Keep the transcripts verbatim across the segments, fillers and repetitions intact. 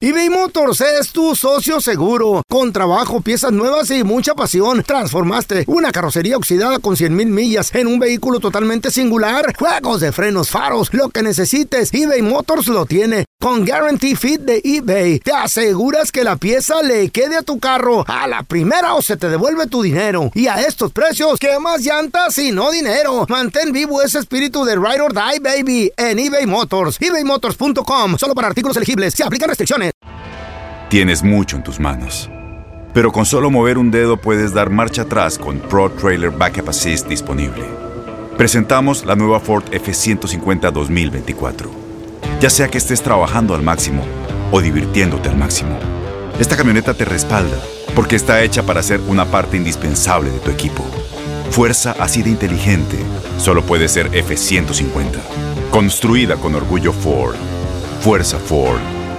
eBay Motors es tu socio seguro. Con trabajo, piezas nuevas y mucha pasión, transformaste una carrocería oxidada con cien mil millas en un vehículo totalmente singular. Juegos de frenos, faros, lo que necesites, eBay Motors lo tiene. Con Guarantee Fit de eBay, te aseguras que la pieza le quede a tu carro a la primera o se te devuelve tu dinero. Y a estos precios, ¿qué más llantas y no dinero? Mantén vivo ese espíritu de Ride or Die, baby, en eBay Motors. eBay Motors punto com. Solo para artículos elegibles. Se aplican restricciones. Tienes mucho en tus manos, pero con solo mover un dedo puedes dar marcha atrás con Pro Trailer Backup Assist disponible. Presentamos la nueva Ford F ciento cincuenta dos mil veinticuatro. Ya sea que estés trabajando al máximo o divirtiéndote al máximo, esta camioneta te respalda porque está hecha para ser una parte indispensable de tu equipo. Fuerza así de inteligente solo puede ser F ciento cincuenta. Construida con orgullo Ford. Fuerza Ford.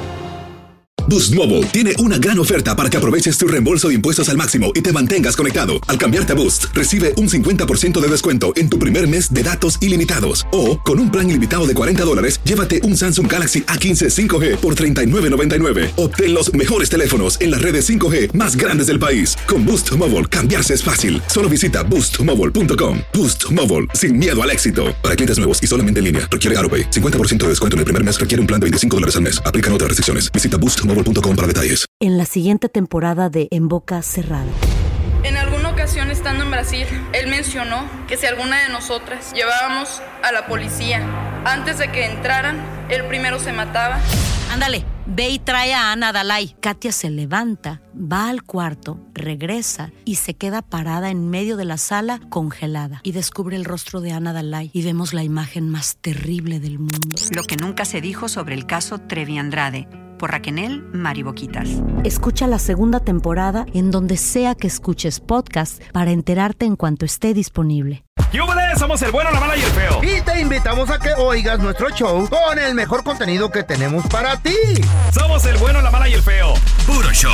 Boost Mobile tiene una gran oferta para que aproveches tu reembolso de impuestos al máximo y te mantengas conectado. Al cambiarte a Boost, recibe un cincuenta por ciento de descuento en tu primer mes de datos ilimitados. O, con un plan ilimitado de cuarenta dólares, llévate un Samsung Galaxy A quince cinco G por treinta y nueve noventa y nueve. Obtén los mejores teléfonos en las redes cinco G más grandes del país. Con Boost Mobile, cambiarse es fácil. Solo visita boost mobile punto com. Boost Mobile, sin miedo al éxito. Para clientes nuevos y solamente en línea, requiere AutoPay. cincuenta por ciento de descuento en el primer mes requiere un plan de veinticinco dólares al mes. Aplican otras restricciones. Visita boost mobile punto com para detalles. En la siguiente temporada de En Boca Cerrada. En alguna ocasión estando en Brasil, él mencionó que si alguna de nosotras llevábamos a la policía antes de que entraran, él primero se mataba. Ándale, ve y trae a Ana Dalai. Katia se levanta, va al cuarto, regresa y se queda parada en medio de la sala congelada. Y descubre el rostro de Ana Dalai y vemos la imagen más terrible del mundo. Lo que nunca se dijo sobre el caso Trevi Andrade, por Raquel Mariboquitas. Escucha la segunda temporada en donde sea que escuches podcast para enterarte en cuanto esté disponible. ¡Yúbales! Somos el bueno, la mala y el feo. Y te invitamos a que oigas nuestro show con el mejor contenido que tenemos para ti. Somos el bueno, la mala y el feo. Puro show.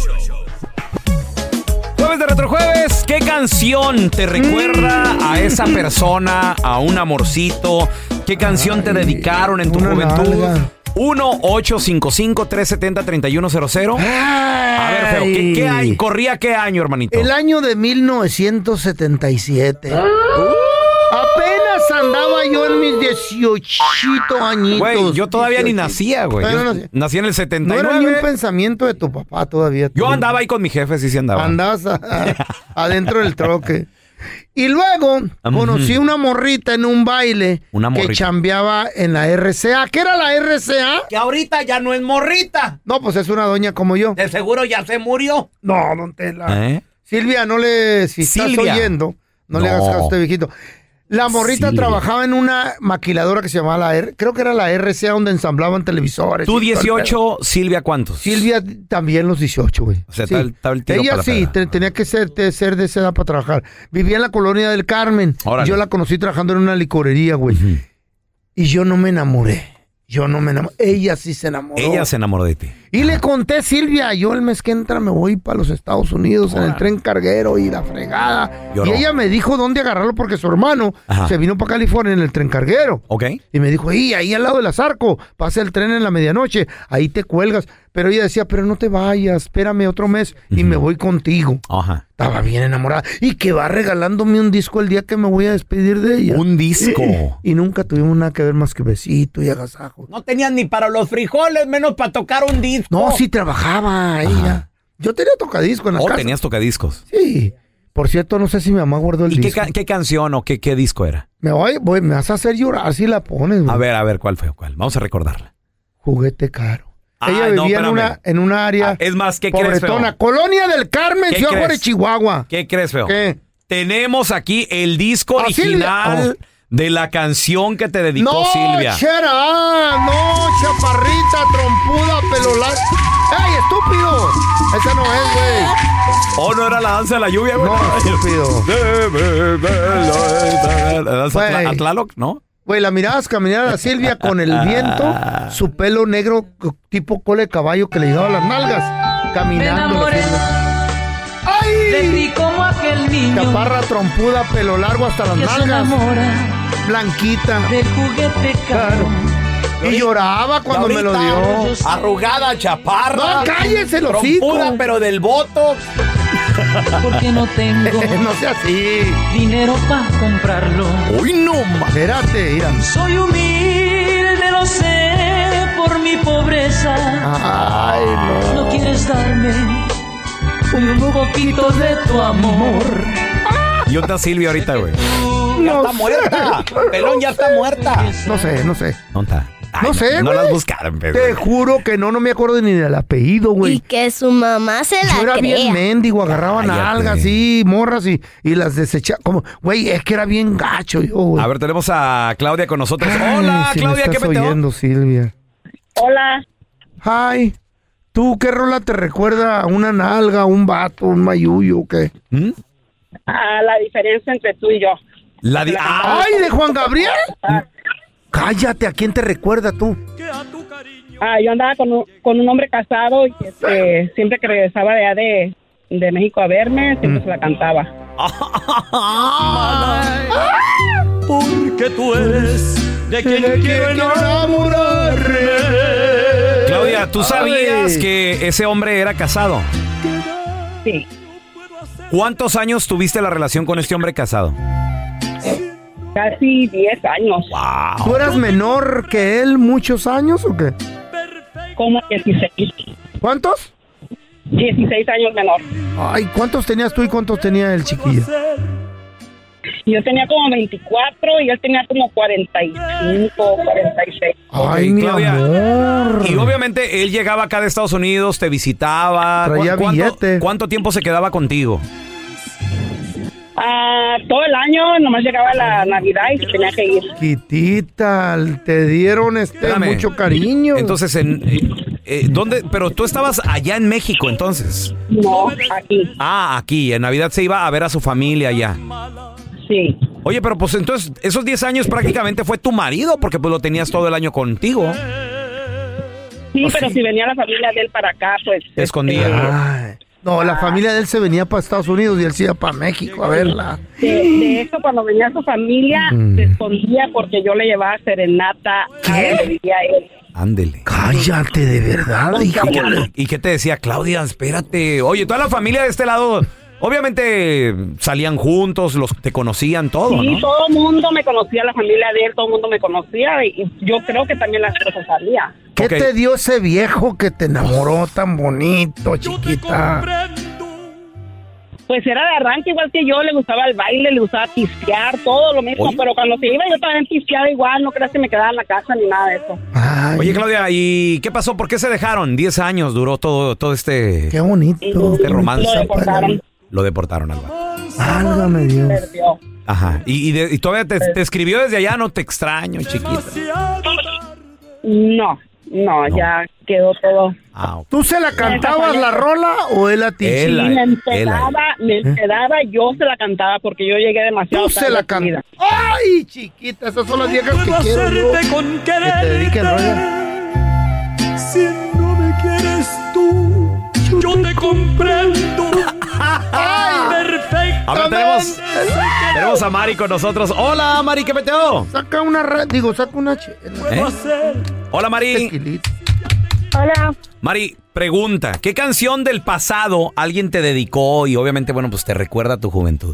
Jueves de Retrojueves, ¿qué canción te recuerda mm. a esa persona, a un amorcito? ¿Qué canción Ay, te dedicaron en tu juventud? Nalga. uno ocho cinco cinco, tres siete cero, tres uno cero cero. A ver, feo, ¿qué, qué hay? ¿Corría qué año, hermanito? El año de mil novecientos setenta y siete. Uh. Apenas andaba yo en mis dieciocho añitos. Güey, yo todavía dieciocho. Ni nacía, güey. Yo no, nací en el setenta y nueve. No era ni un pensamiento de tu papá todavía. Yo tú. andaba ahí con mi jefe, sí, sí andaba. Andabas a, a, adentro del troque. Y luego uh-huh. conocí una morrita en un baile una que chambeaba en la R C A. ¿Qué era la R C A? Que ahorita ya no es morrita. No, pues es una doña como yo. De seguro ya se murió. No, don Tela. ¿Eh? Silvia, no le... Si Silvia. Estás oyendo, no, no le hagas caso a este viejito. La morrita Silvia. Trabajaba en una maquiladora que se llamaba la R... Creo que era la R C A donde ensamblaban televisores. ¿Tú dieciocho, Silvia cuántos? Silvia también los dieciocho, güey. O sea, sí. tal, tal tiro Ella para sí, te, tenía que ser, te, ser de esa edad para trabajar. Vivía en la colonia del Carmen. Órale. Yo la conocí trabajando en una licorería, güey. Uh-huh. Y yo no me enamoré. Yo no me enamoré. Ella sí se enamoró. Ella se enamoró de ti. Y le conté, Silvia, yo el mes que entra me voy para los Estados Unidos Ahora. en el tren carguero y la fregada. Lloró. Y ella me dijo dónde agarrarlo porque su hermano Ajá. se vino para California en el tren carguero. Ok. Y me dijo, ahí, ahí al lado del Azarco, pasa el tren en la medianoche, ahí te cuelgas. Pero ella decía, pero no te vayas, espérame otro mes y uh-huh. me voy contigo. Ajá. Estaba bien enamorada. Y que va regalándome un disco el día que me voy a despedir de ella. Un disco. Y nunca tuvimos nada que ver más que besito y agasajo. No tenían ni para los frijoles, menos para tocar un disco. No, sí trabajaba ella. Ajá. Yo tenía tocadiscos en la oh, casa. ¿Tenías tocadiscos? Sí. Por cierto, no sé si mi mamá guardó el ¿Y disco. ¿Y qué, qué canción o qué, qué disco era? Me voy, voy, me vas a hacer llorar si la pones, güey. A ver, a ver, ¿cuál fue? ¿Cuál? Vamos a recordarla. Juguete caro. Ah, ella vivía no, en una en una área ah, es más, ¿qué pobretona. crees, feo? Colonia del Carmen, Ciudad Juárez, Chihuahua. ¿Qué crees, feo? ¿Qué? Tenemos aquí el disco ¿Ah, original oh. de la canción que te dedicó no, Silvia. Chera, no, chaparrita, trompuda, pelo largo. ¡Ey, estúpido! Esa no es, güey. Oh, no era la danza de la lluvia, güey. No, estúpido. La danza a Tlaloc, ¿no? Güey, la mirabas caminar a Silvia con el viento, su pelo negro tipo cola de caballo que le llegaba a las nalgas, caminando. ¡Ay! De ti como aquel niño. Chaparra, trompuda, pelo largo hasta las nalgas. Blanquita. Del juguete caro. Y lloraba cuando me lo dio. Arrugada, chaparra. No, cállese los hocico. Trompuda, pero del voto. Porque no tengo No sea así. dinero para comprarlo. Uy, no, ma. Espérate, mira. Soy humilde, lo sé, por mi pobreza. Ay, no. No quieres darme un poquito de tu amor. ¿Y dónde está Silvia ahorita, güey? Ya No está sé. muerta. Pelón ya está muerta. No sé, no sé. ¿Dónde está? Ay, No sé, No güey. las buscaron, pero. Te juro que no, no me acuerdo ni del apellido, Y güey. que su mamá se Yo era la bien crea. mendigo, agarraban Cállate. algas así, morras y, y las desechaba. Como, güey, es que era bien gacho yo, güey. A ver, tenemos a Claudia con nosotros. Ay, Hola, si Claudia, me ¿qué estás peteo? oyendo, Silvia. Hola. Hi. ¿Tú qué rola te recuerda a una nalga, un vato, un mayuyo o qué? ¿Mm? A la diferencia entre tú y yo. La di- ah, ¡Ay, de Juan Gabriel! Cállate, ¿a quién te recuerda tú? Ah, yo andaba con un, con un hombre casado y este, siempre que regresaba de allá de, de México a verme, siempre se la cantaba. Porque tú eres de quien quiero enamorarme. Claudia, ¿tú sabías Ay. que ese hombre era casado? Sí. ¿Cuántos años tuviste la relación con este hombre casado? Casi diez años. Wow. ¿Tú eras menor que él muchos años o qué? Como dieciséis. ¿Cuántos? dieciséis años menor. Ay, ¿cuántos tenías tú y cuántos tenía el chiquillo? Yo tenía como veinticuatro y él tenía como cuarenta y cinco, cuarenta y seis. Ay, Ok, mi Claudia. amor. Y obviamente él llegaba acá de Estados Unidos, te visitaba. Traía ¿Cu- cuánto, billete. ¿Cuánto tiempo se quedaba contigo? Ah, todo el año, nomás llegaba la Navidad y se tenía que ir. Chiquitita, te dieron este Espérame. mucho cariño. Entonces, en, eh, eh, ¿dónde? Pero tú estabas allá en México, entonces. No, aquí. Ah, aquí. En Navidad se iba a ver a su familia allá. Sí. Oye, pero pues entonces, esos diez años prácticamente fue tu marido, porque pues lo tenías todo el año contigo. Sí, pero si venía la familia de él para acá, pues... Te escondía. Ay. No, la familia de él se venía para Estados Unidos y él se iba para México a verla. De, de hecho, cuando venía su familia, Mm. se escondía porque yo le llevaba serenata a donde vivía él. Ándele. Cállate, de verdad, híjole. ¿Y qué te decía, Claudia? Espérate. Oye, toda la familia de este lado, obviamente salían juntos, los te conocían todo, Sí, ¿no? todo el mundo me conocía, la familia de él, todo el mundo me conocía y yo creo que también la esposa sabía. ¿Qué Ok. te dio ese viejo que te enamoró tan bonito, chiquita? Pues era de arranque igual que yo, le gustaba el baile, le gustaba pistear, todo lo mismo, Oye. pero cuando se iba yo también pisteaba igual, no creas que me quedaba en la casa ni nada de eso. Ay, Oye, Claudia, ¿y qué pasó? ¿Por qué se dejaron? Diez años duró todo, todo este... qué bonito. Este romance. Lo deportaron, Lo deportaron al vato. Válgame Dios. perdió. Ajá. Y, y, de- y todavía te, te escribió desde allá, no te extraño, chiquita. No, no, ya quedó todo. Ah, ok. ¿Tú se la cantabas la rola o él a ti? Él. Y Él, me él, empedaba, me empedaba, yo se la cantaba porque yo llegué demasiado Tú se tarde la a su vida. cantabas. Ay, chiquita, esas son las viejas que quiero yo. Que te dediquen rollo. Si no me quieres tú, yo te comprendo. Perfecto. A ver, tenemos, tenemos a Mari con nosotros. Hola, Mari, ¿qué peteo? Saca una red, digo, saca una chela. ¿Eh? Hola, Mari. Tequilita. Hola. Mari, pregunta, ¿qué canción del pasado alguien te dedicó y obviamente, bueno, pues te recuerda a tu juventud?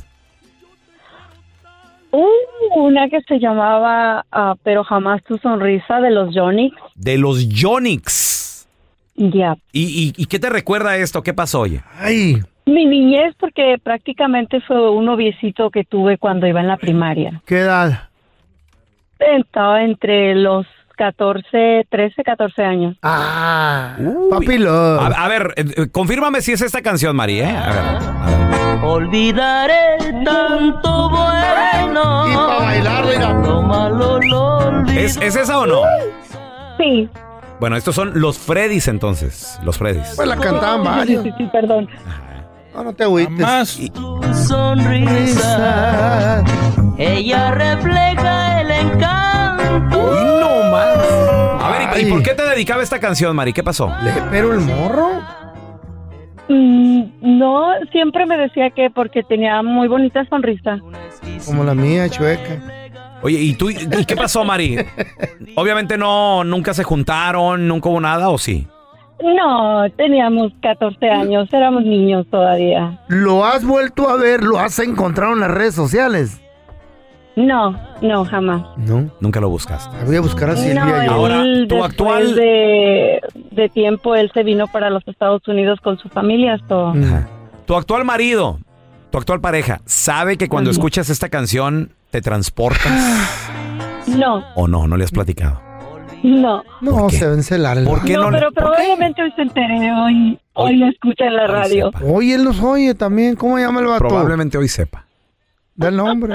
Uh, una que se llamaba ah, Pero Jamás Tu Sonrisa de los Yonix. De los Yonix. Ya. ¿Y, y, y qué te recuerda esto? ¿Qué pasó, oye? Ay, Mi niñez, porque prácticamente fue un noviecito que tuve cuando iba en la primaria. ¿qué edad? Estaba entre los catorce, trece, catorce años. Ah, Uy. papi love. A, a ver, eh, eh, confírmame si es esta canción, Mari, ¿eh? A ver, a ver. Olvidaré tanto bueno. Y para bailar, mira. Lo malo lo olvido. ¿Es, ¿Es esa o no? Sí. Bueno, estos son los Freddys entonces, los Freddys. Pues la cantaban Sí, varios. sí, sí, perdón. No, no te agüites. Y- Tu sonrisa, ella refleja el encanto. Uy, no más. A ver, ¿y- ¿y Ay. por qué te dedicaba esta canción, Mari? ¿Qué pasó? ¿Le pero el morro? Mm, no, siempre me decía que porque tenía muy bonita sonrisa. Como la mía, chueca. Oye, ¿y tú? ¿Y qué pasó, Mari? Obviamente no, nunca se juntaron, nunca hubo nada, ¿o sí? No, teníamos catorce años, éramos niños todavía. ¿Lo has vuelto a ver? ¿Lo has encontrado en las redes sociales? No, no, jamás. No. Nunca lo buscaste. Voy a buscar a Silvia. No, yo. Ahora, él, tu después actual... de, de tiempo, él se vino para los Estados Unidos con su familia. So. Ajá. Tu actual marido, tu actual pareja, ¿sabe que cuando Ajá. escuchas esta canción te transportas? No, ¿O no? ¿No le has platicado? no. No, se vence el alma. ¿Por qué no? No, pero le- ¿por qué? probablemente hoy se entere, hoy, hoy lo escucha en la radio. sepa. Oye, él nos oye también. ¿Cómo llama el vato? Probablemente hoy sepa. Da el nombre.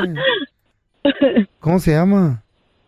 ¿Cómo se llama?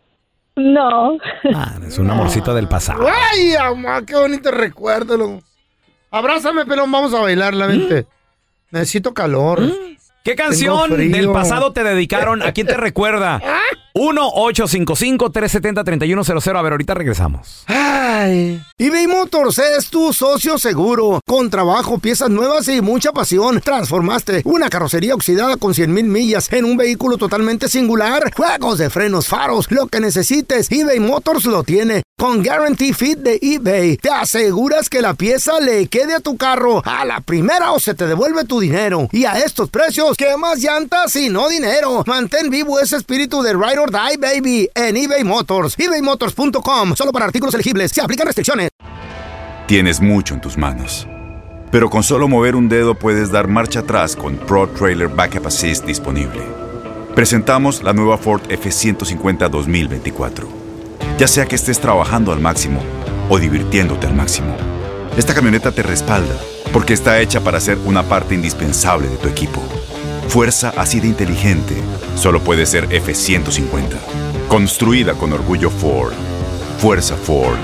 No. Ah, es un amorcito del pasado. ¡Ay, mamá! ¡Qué bonito recuerdo! Loco. Abrázame, pelón. Vamos a bailar, la mente. Necesito calor. ¿Qué canción Tengo frío. del pasado te dedicaron? ¿A quién te recuerda? uno ocho cinco cinco, tres siete cero, tres uno cero cero. A ver, ahorita regresamos. Ay. eBay Motors es tu socio seguro. Con trabajo, piezas nuevas y mucha pasión. Transformaste una carrocería oxidada con cien mil millas en un vehículo totalmente singular. Juegos de frenos, faros, lo que necesites, eBay Motors lo tiene. Con Guarantee Fit de eBay, te aseguras que la pieza le quede a tu carro a la primera o se te devuelve tu dinero. Y a estos precios, ¿qué más llantas y no dinero? Mantén vivo ese espíritu de Ride or Die, baby, en eBay Motors. eBay Motors punto com. Solo para artículos elegibles. Se aplican restricciones. Tienes mucho en tus manos, pero con solo mover un dedo puedes dar marcha atrás con Pro Trailer Backup Assist disponible. Presentamos la nueva Ford F ciento cincuenta dos mil veinticuatro. Ya sea que estés trabajando al máximo o divirtiéndote al máximo, esta camioneta te respalda porque está hecha para ser una parte indispensable de tu equipo. Fuerza así de inteligente solo puede ser F ciento cincuenta. Construida con orgullo Ford. Fuerza Ford.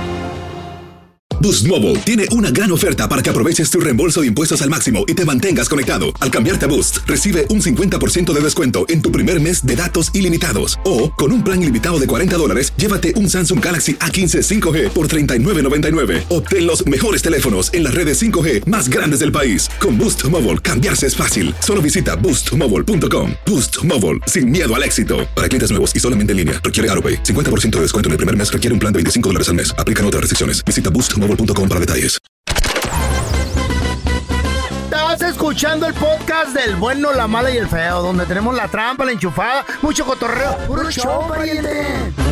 Boost Mobile tiene una gran oferta para que aproveches tu reembolso de impuestos al máximo y te mantengas conectado. Al cambiarte a Boost, recibe un cincuenta por ciento de descuento en tu primer mes de datos ilimitados. O, con un plan ilimitado de cuarenta dólares, llévate un Samsung Galaxy A quince cinco G por treinta y nueve noventa y nueve. Obtén los mejores teléfonos en las redes cinco G más grandes del país. Con Boost Mobile, cambiarse es fácil. Solo visita boost mobile punto com. Boost Mobile, sin miedo al éxito. Para clientes nuevos y solamente en línea, requiere AutoPay. cincuenta por ciento de descuento en el primer mes requiere un plan de veinticinco dólares al mes. Aplican otras restricciones. Visita boost mobile punto com para detalles. Estás escuchando el podcast del bueno, la mala y el feo, donde tenemos la trampa, la enchufada, mucho cotorreo. ¡Puro show, pariente!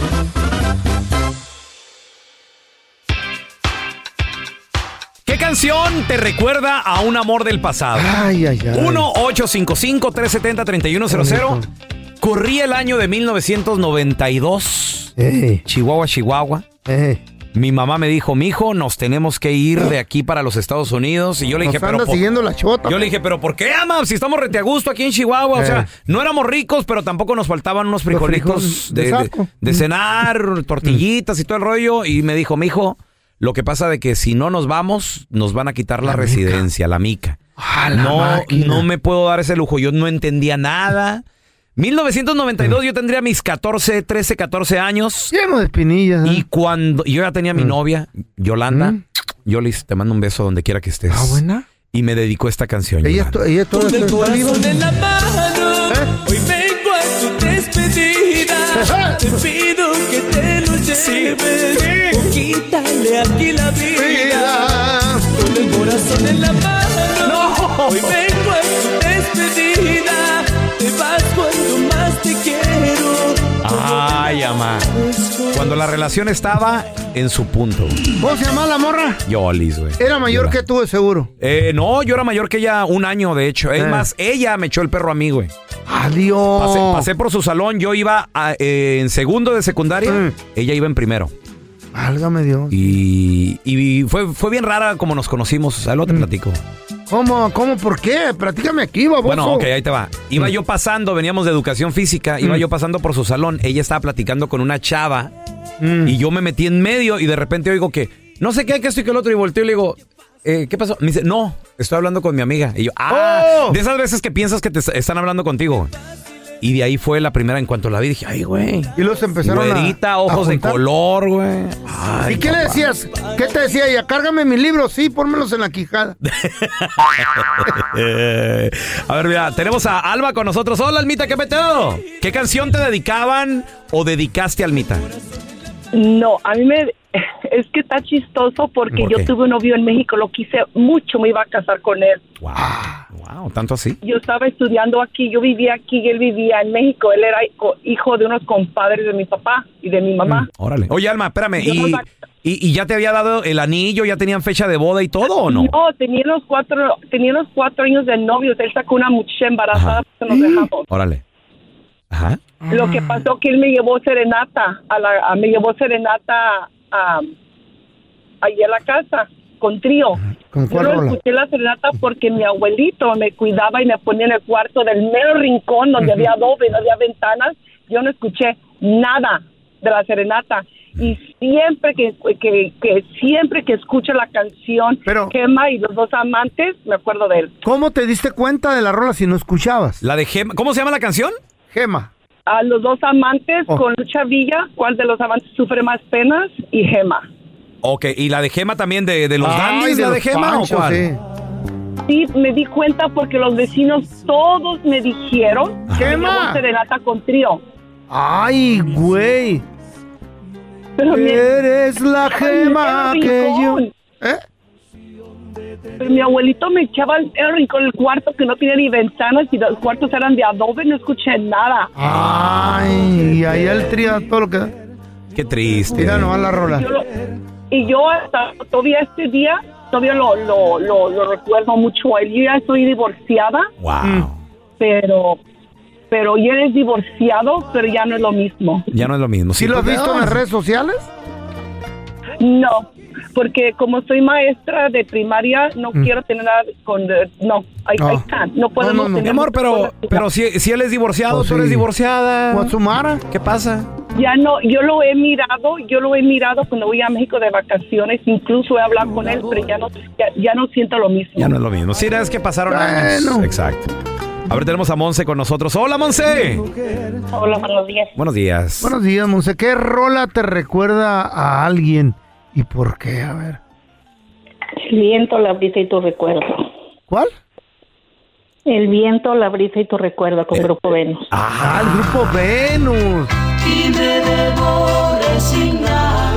¿Qué canción te recuerda a un amor del pasado? Ay, ay, ay. uno ocho cinco cinco, tres siete cero, tres uno cero cero. Corría el año de mil novecientos noventa y dos. Ey. Chihuahua, Chihuahua. Ey. Mi mamá me dijo, mijo, nos tenemos que ir de aquí para los Estados Unidos. Y yo le dije, Nos pero anda por... siguiendo la chota. Yo le dije, pero ¿por qué, ama? Si estamos rete a gusto aquí en Chihuahua. Eh. O sea, no éramos ricos, pero tampoco nos faltaban unos frijolitos frijoles de de, de, saco. de cenar, tortillitas y todo el rollo. Y me dijo, mijo, lo que pasa de que si no nos vamos, nos van a quitar la, La residencia, la mica. Ah, la No, máquina. no me puedo dar ese lujo. Yo no entendía nada. mil novecientos noventa y dos, yo tendría mis catorce, trece, catorce años. Lleno de espinillas. ¿eh? Y cuando yo ya tenía mi Mm. novia, Yolanda, Mm. Yolis, te mando un beso donde quiera que estés. Ah, buena. Y me dedicó esta canción. Ella, Yolanda. to- ella todo Con el esto- corazón en la mano, hoy vengo a tu despedida. Te pido que te lo lleves o quítale aquí la vida. Con el corazón en la mano, hoy vengo a tu despedida. Te vas cuando más te quiero. Ay, amá. Cuando la relación estaba en su punto. ¿Cómo se llama la morra? Yolis, güey. Era mayor Yola. que tú, de seguro. Eh, no, yo era mayor que ella un año, de hecho. Es Eh. más, ella me echó el perro a mí, güey. Adiós. Pasé, pasé por su salón, yo iba a- eh, en segundo de secundaria, Mm. ella iba en primero. Válgame Dios. Y, y fue, fue bien rara como nos conocimos. O sea, luego te Mm. platico. ¿Cómo? ¿Cómo? ¿Por qué? Platícame aquí, baboso. Bueno, ok, ahí te va. Iba Mm. yo pasando, veníamos de educación física, iba Mm. yo pasando por su salón, ella estaba platicando con una chava Mm. y yo me metí en medio y de repente oigo que no sé qué, que esto y que el otro y volteo y le digo, eh, ¿qué pasó? Me dice, no, estoy hablando con mi amiga. Y yo, ah, ¡Oh! de esas veces que piensas que te est- están hablando contigo. Y de ahí fue la primera, en cuanto la vi, dije, ay, güey. Y los empezaron Güerita, a ojos a de juntar. color, güey. Ay, ¿Y qué le decías? ¿Qué te decía ella? Cárgame mis libros, sí, pónmelos en la quijada. Eh, a ver, mira, tenemos a Alma con nosotros. Hola, Almita, ¿qué peteo? ¿Qué canción te dedicaban o dedicaste a Almita? No, a mí me... Es que está chistoso porque ¿Por yo qué? tuve un novio en México, lo quise mucho, me iba a casar con él. Wow, wow, ¿tanto así? Yo estaba estudiando aquí, yo vivía aquí y él vivía en México. Él era hijo, hijo de unos compadres de mi papá y de mi mamá. Mm, órale. Oye, Alma, espérame, Yo ¿y, no- y, y ya te había dado el anillo? ¿Ya tenían fecha de boda y todo o no? No, tenía los cuatro, tenía los cuatro años de novios. Él sacó una muchacha embarazada, pues nos dejamos. Órale. Ajá. Lo que pasó que él me llevó serenata, a la, a- me llevó serenata a, allí a la casa con trío. ¿Con Yo cuál no rola? escuché la serenata porque mi abuelito me cuidaba y me ponía en el cuarto del mero rincón donde había adobe, no había ventanas. Yo no escuché nada de la serenata. Y siempre que, que, que siempre que escucho la canción Gema y los dos amantes, me acuerdo de él. ¿Cómo te diste cuenta de la rola si no escuchabas? La de Gema. ¿Cómo se llama la canción? Gema. A los dos amantes Oh. con Lucha Villa, ¿cuál de los amantes sufre más penas? Y Gema. Ok, ¿y la de Gema también de, de los Ay, dandies, de la de los Gema Panchos, o cuál? sí. Sí, me di cuenta porque los vecinos todos me dijeron que me Gema. llevó serenata con trío. Ay, güey. Pero mi- Eres la gema Ay, que yo... rincón. ¿Eh? Pero mi abuelito me echaba el el rincón del cuarto que no tenía ni ventanas y los cuartos eran de adobe, no escuché nada. Ay, y ahí el trío, todo lo que da. Qué triste. Mira nomás la rola. Yo lo- y yo hasta todavía este día, todavía lo, lo, lo, lo recuerdo mucho a él. Yo ya estoy divorciada, Wow. pero pero ya eres divorciado, pero ya no es lo mismo. Ya no es lo mismo. ¿Sí lo has pues, visto en las redes sociales? No, porque como soy maestra de primaria, no Mm. quiero tener nada con... No, I, No. I can't, no podemos Mi tener... amor, pero, pero si, si él es divorciado, Oh, tú sí. eres divorciada. Guatsumara. ¿Qué pasa? Ya no, yo lo he mirado, yo lo he mirado cuando voy a México de vacaciones, incluso he hablado con él, pero ya no, ya, ya no siento lo mismo. Ya no es lo mismo. Sí, es que pasaron años. Bueno. Exacto. A ver, tenemos a Monse con nosotros. Hola, Monse. Hola, buenos días. Buenos días. Buenos días, Monse. ¿Qué rola te recuerda a alguien? ¿Y por qué? A ver. El viento, la brisa y tu recuerdo. ¿Cuál? El viento, la brisa y tu recuerdo con Grupo Venus. Ah, el Grupo Venus. Y me devores sin nada.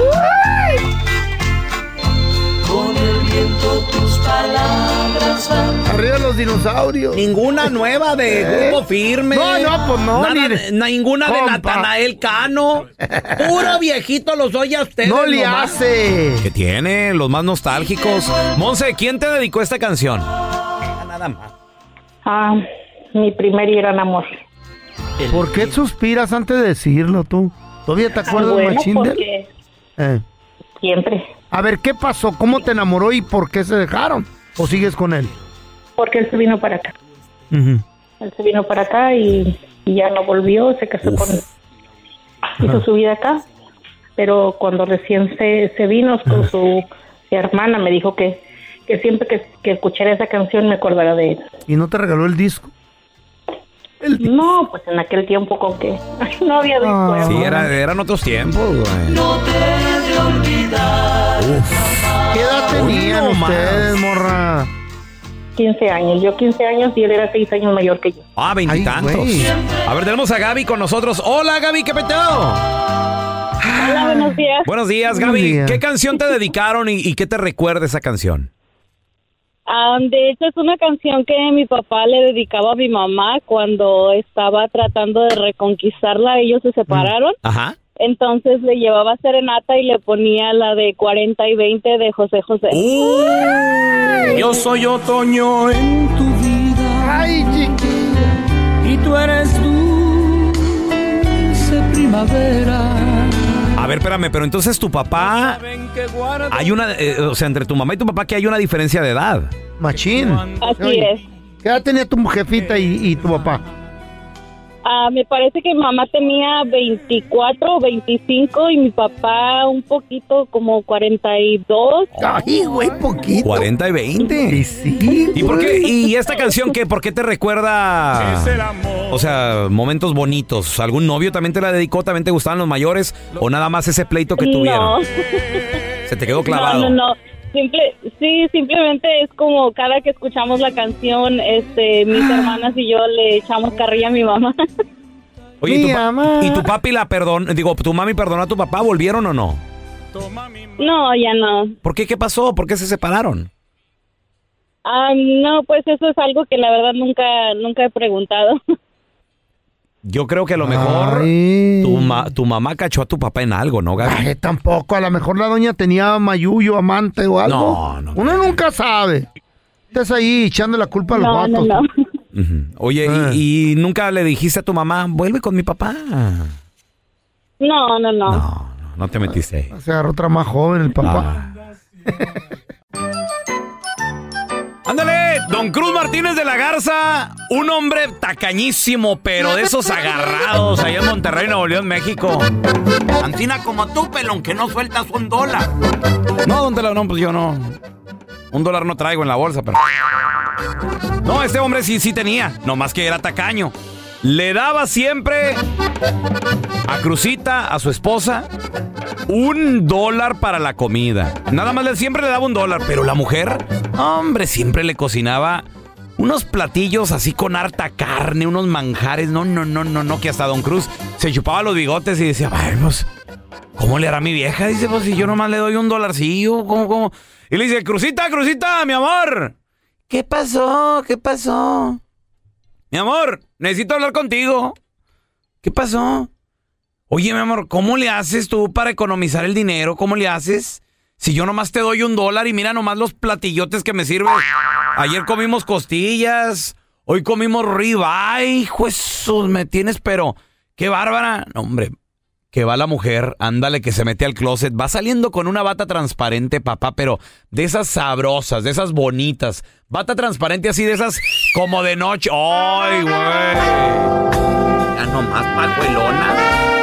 Con el viento tus palabras van. Arriba los dinosaurios. Ninguna nueva de ¿Eh? Grupo Firme. No, no, pues no, Nada ni- de- ninguna de Compa. Natanael Cano. Puro viejito los oye a ustedes. No le nomás. hace. ¿Qué tiene? Los más nostálgicos. Monse, ¿quién te dedicó esta canción? Nada más. Ah, mi primer y gran amor. ¿Por qué suspiras antes de decirlo tú? ¿Todavía te acuerdas, Bueno, machín, de él? porque Eh. siempre. A ver, ¿qué pasó? ¿Cómo te enamoró y por qué se dejaron? ¿O sigues con él? Porque él se vino para acá. Ujú. Él se vino para acá y, y ya no volvió, se casó con... Hizo su vida acá. Pero cuando recién se, se vino con su hermana, me dijo que, que siempre que, que escuchara esa canción me acordara de él. ¿Y no te regaló el disco? No, pues en aquel tiempo con que no había disco. Sí, era, eran otros tiempos, güey. No te he de olvidar. ¿Qué edad tenían Uy, no ustedes, morra? quince años. Yo quince años y él era seis años mayor que yo. Ah, veintitantos. güey. A ver, tenemos a Gaby con nosotros. Hola, Gaby, ¿qué peteo? Hola, buenos días. Buenos días, Buenos Gaby. días. ¿Qué canción te dedicaron y, y qué te recuerda esa canción? Ah, de hecho, es una canción que mi papá le dedicaba a mi mamá cuando estaba tratando de reconquistarla. Ellos se separaron. Ajá. Entonces le llevaba serenata y le ponía la de cuarenta y veinte de José José. Yo soy otoño en tu vida. Ay, chiquilla. Y tú eres dulce primavera. A ver, espérame, pero entonces tu papá... Hay una... eh, o sea, entre tu mamá y tu papá que hay una diferencia de edad. Machín. Así Oye, es. ¿qué edad tenía tu jefita y, y tu papá? Ah, me parece que mi mamá tenía veinticuatro o veinticinco y mi papá un poquito como cuarenta y dos. Ay, güey, poquito. cuarenta y veinte. Sí, sí. ¿Y por qué? ¿Y esta canción qué? ¿Por qué te recuerda? O sea, momentos bonitos. ¿Algún novio también te la dedicó? ¿También te gustaban los mayores? ¿O nada más ese pleito que tuvieron? No. Se te quedó clavado. No, no, no. Simple, sí, simplemente es como cada que escuchamos la canción, este, mis hermanas y yo le echamos carrilla a mi mamá. Oye, ¿y tu, pa- ¿y tu papi la perdonó? Digo, ¿tu mami perdonó a tu papá? ¿Volvieron o no? No, ya no. ¿Por qué? ¿Qué pasó? ¿Por qué se separaron? Ah, no, pues eso es algo que la verdad nunca, nunca he preguntado. Yo creo que a lo mejor tu, ma- tu mamá cachó a tu papá en algo, ¿no, Gaby? Ay, tampoco, a lo mejor la doña tenía mayuyo, amante o algo. No, no. Uno nunca sabe. Estás ahí echando la culpa a los No, vatos. no, no. Ujú. Oye, Ah. y, y nunca le dijiste a tu mamá, vuelve con mi papá? No, no, no. No, no te metiste ahí. Se agarró otra más joven el papá. Ándale, don Cruz Martínez de la Garza, un hombre tacañísimo, pero de esos agarrados allá en Monterrey, Nuevo León, México. Ancina como tú, pelón, que no sueltas un dólar. No, don Tela, no, pues yo no. Un dólar no traigo en la bolsa, pero... No, este hombre sí, sí tenía, nomás que era tacaño. Le daba siempre a Cruzita, a su esposa, un dólar para la comida. Nada más le, siempre le daba un dólar, pero la mujer, hombre, siempre le cocinaba unos platillos así con harta carne, unos manjares. No, no, no, no, no, que hasta don Cruz se chupaba los bigotes y decía, ay, pues, ¿cómo le hará mi vieja? Dice, pues, si yo nomás le doy un dolarcillo, ¿cómo, cómo? Y le dice, Cruzita, Cruzita, mi amor. ¿Qué pasó? ¿Qué pasó? Mi amor, necesito hablar contigo. ¿Qué pasó? Oye, mi amor, ¿cómo le haces tú para economizar el dinero? ¿Cómo le haces? Si yo nomás te doy un dólar y mira nomás los platillotes que me sirven. Ayer comimos costillas, hoy comimos ribeye. Jesús, me tienes, pero qué bárbara. No, hombre, que va la mujer, ándale, que se mete al closet. Va saliendo con una bata transparente, papá, pero de esas sabrosas, de esas bonitas. Bata transparente así, de esas como de noche. ¡Ay, güey! Ya nomás pajuelona.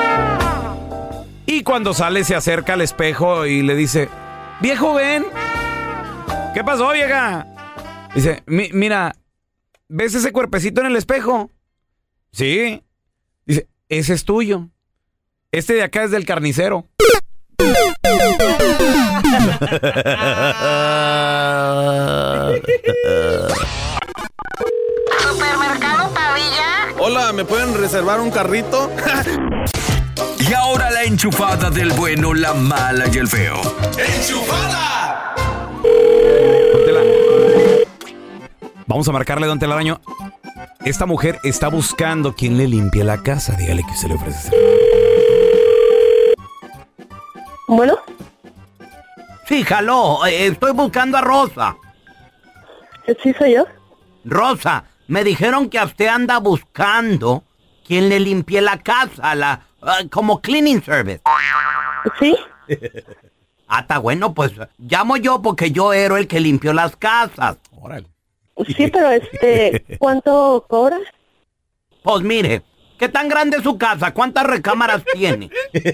Y cuando sale se acerca al espejo y le dice, viejo, ven. ¿Qué pasó, vieja? Dice, "Mi- mira, ¿ves ese cuerpecito en el espejo? Sí. Dice, ese es tuyo. Este de acá es del carnicero. ¿Supermercado Pavilla? Hola, ¿me pueden reservar un carrito? Y ahora la enchufada del bueno, la mala y el feo. ¡Enchufada! Vamos a marcarle, don Telaraño. Esta mujer está buscando quien le limpie la casa. Dígale que se le ofrece. Bueno. Sí, jaló. Eh, estoy buscando a Rosa. Sí, soy yo. Rosa, me dijeron que a usted anda buscando quien le limpie la casa, la uh, como cleaning service. Sí. Ah, está bueno, pues llamo yo porque yo era el que limpió las casas. Órale. Sí, pero este, ¿cuánto cobra? Pues mire, ¿qué tan grande es su casa? ¿Cuántas recámaras tiene?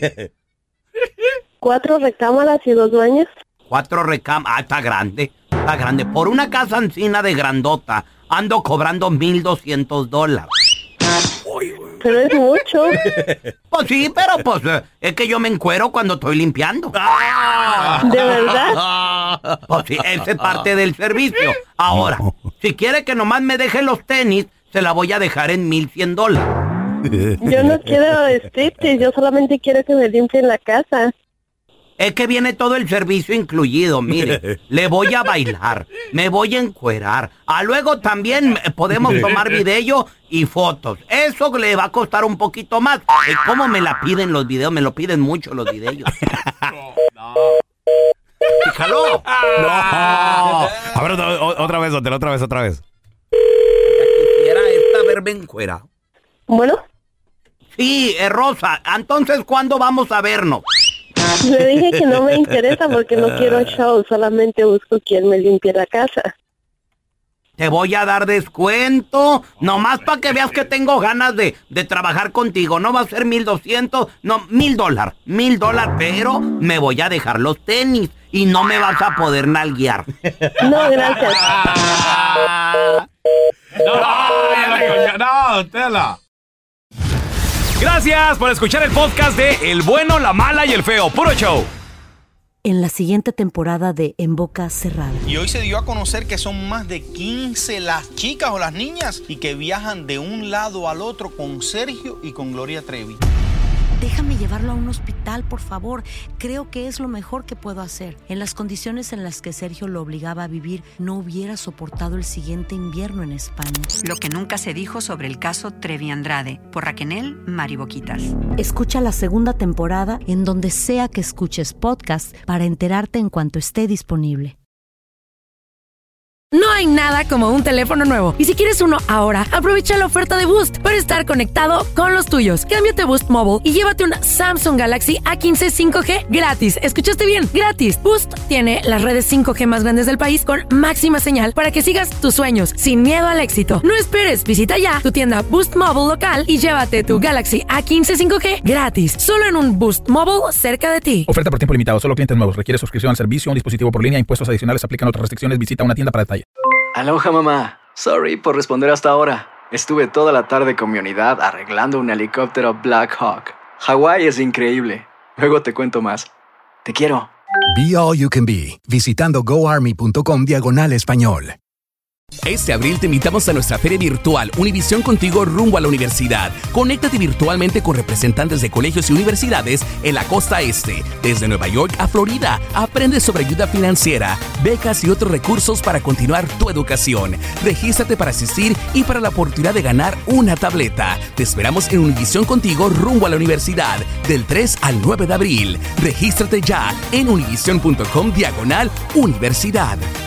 Cuatro recámaras y dos baños. Cuatro recámaras. Ah, está grande. Está grande. Por una casa encina de grandota, ando cobrando mil doscientos dólares. Pero es mucho. Pues sí, pero pues eh, es que yo me encuero cuando estoy limpiando. ¿De verdad? Pues sí, esa es parte del servicio. Ahora, si quiere que nomás me deje los tenis, se la voy a dejar en mil cien dólares. Yo no quiero striptease, yo solamente quiero que me limpien la casa. Es que viene todo el servicio incluido, mire. Le voy a bailar, me voy a encuerar. A luego también podemos tomar video y fotos. Eso le va a costar un poquito más. Eh, ¿Cómo me la piden los videos? Me lo piden mucho los videos. ¡Jaló! No. A ver, otra, otra vez, otra, otra vez, otra vez. Ya quisiera esta verme encuerado. Bueno. Sí, eh, Rosa, entonces, ¿cuándo vamos a vernos? Le dije que no me interesa porque no quiero show, solamente busco quien me limpie la casa. te voy a dar descuento, nomás para que veas que tengo ganas de, de trabajar contigo. No va a ser mil doscientos, no, mil dólares, mil dólares, pero me voy a dejar los tenis y no me vas a poder nalguear. No, gracias. No, no, Tela. Gracias por escuchar el podcast de El Bueno, la Mala y el Feo. Puro show. En la siguiente temporada de En Boca Cerrada. Y hoy se dio a conocer que son más de quince las chicas o las niñas y que viajan de un lado al otro con Sergio y con Gloria Trevi. Déjame llevarlo a un hospital, por favor. Creo que es lo mejor que puedo hacer. En las condiciones en las que Sergio lo obligaba a vivir, no hubiera soportado el siguiente invierno en España. Lo que nunca se dijo sobre el caso Trevi Andrade, por Raquel Mariboquitas. Escucha la segunda temporada en donde sea que escuches podcast para enterarte en cuanto esté disponible. No hay nada como un teléfono nuevo. Y si quieres uno ahora, aprovecha la oferta de Boost para estar conectado con los tuyos. Cámbiate a Boost Mobile y llévate un Samsung Galaxy A quince cinco G gratis. ¿Escuchaste bien? Gratis. Boost tiene las redes cinco G más grandes del país con máxima señal para que sigas tus sueños sin miedo al éxito. No esperes. Visita ya tu tienda Boost Mobile local y llévate tu Galaxy A quince cinco G gratis. Solo en un Boost Mobile cerca de ti. Oferta por tiempo limitado. Solo clientes nuevos. Requiere suscripción al servicio, un dispositivo por línea, impuestos adicionales, aplican otras restricciones. Visita una tienda para detalle. Aloha, mamá. Sorry por responder hasta ahora. Estuve toda la tarde con mi unidad arreglando un helicóptero Black Hawk. Hawái es increíble. Luego te cuento más. Te quiero. Be All You Can Be, visitando goarmy.com diagonal español. Este abril te invitamos a nuestra feria virtual Univisión Contigo rumbo a la universidad. Conéctate virtualmente con representantes de colegios y universidades en la costa este. Desde Nueva York a Florida, aprende sobre ayuda financiera, becas y otros recursos para continuar tu educación. Regístrate para asistir y para la oportunidad de ganar una tableta. Te esperamos en Univisión Contigo rumbo a la universidad del tres al nueve de abril. Regístrate ya en univision.com diagonal universidad.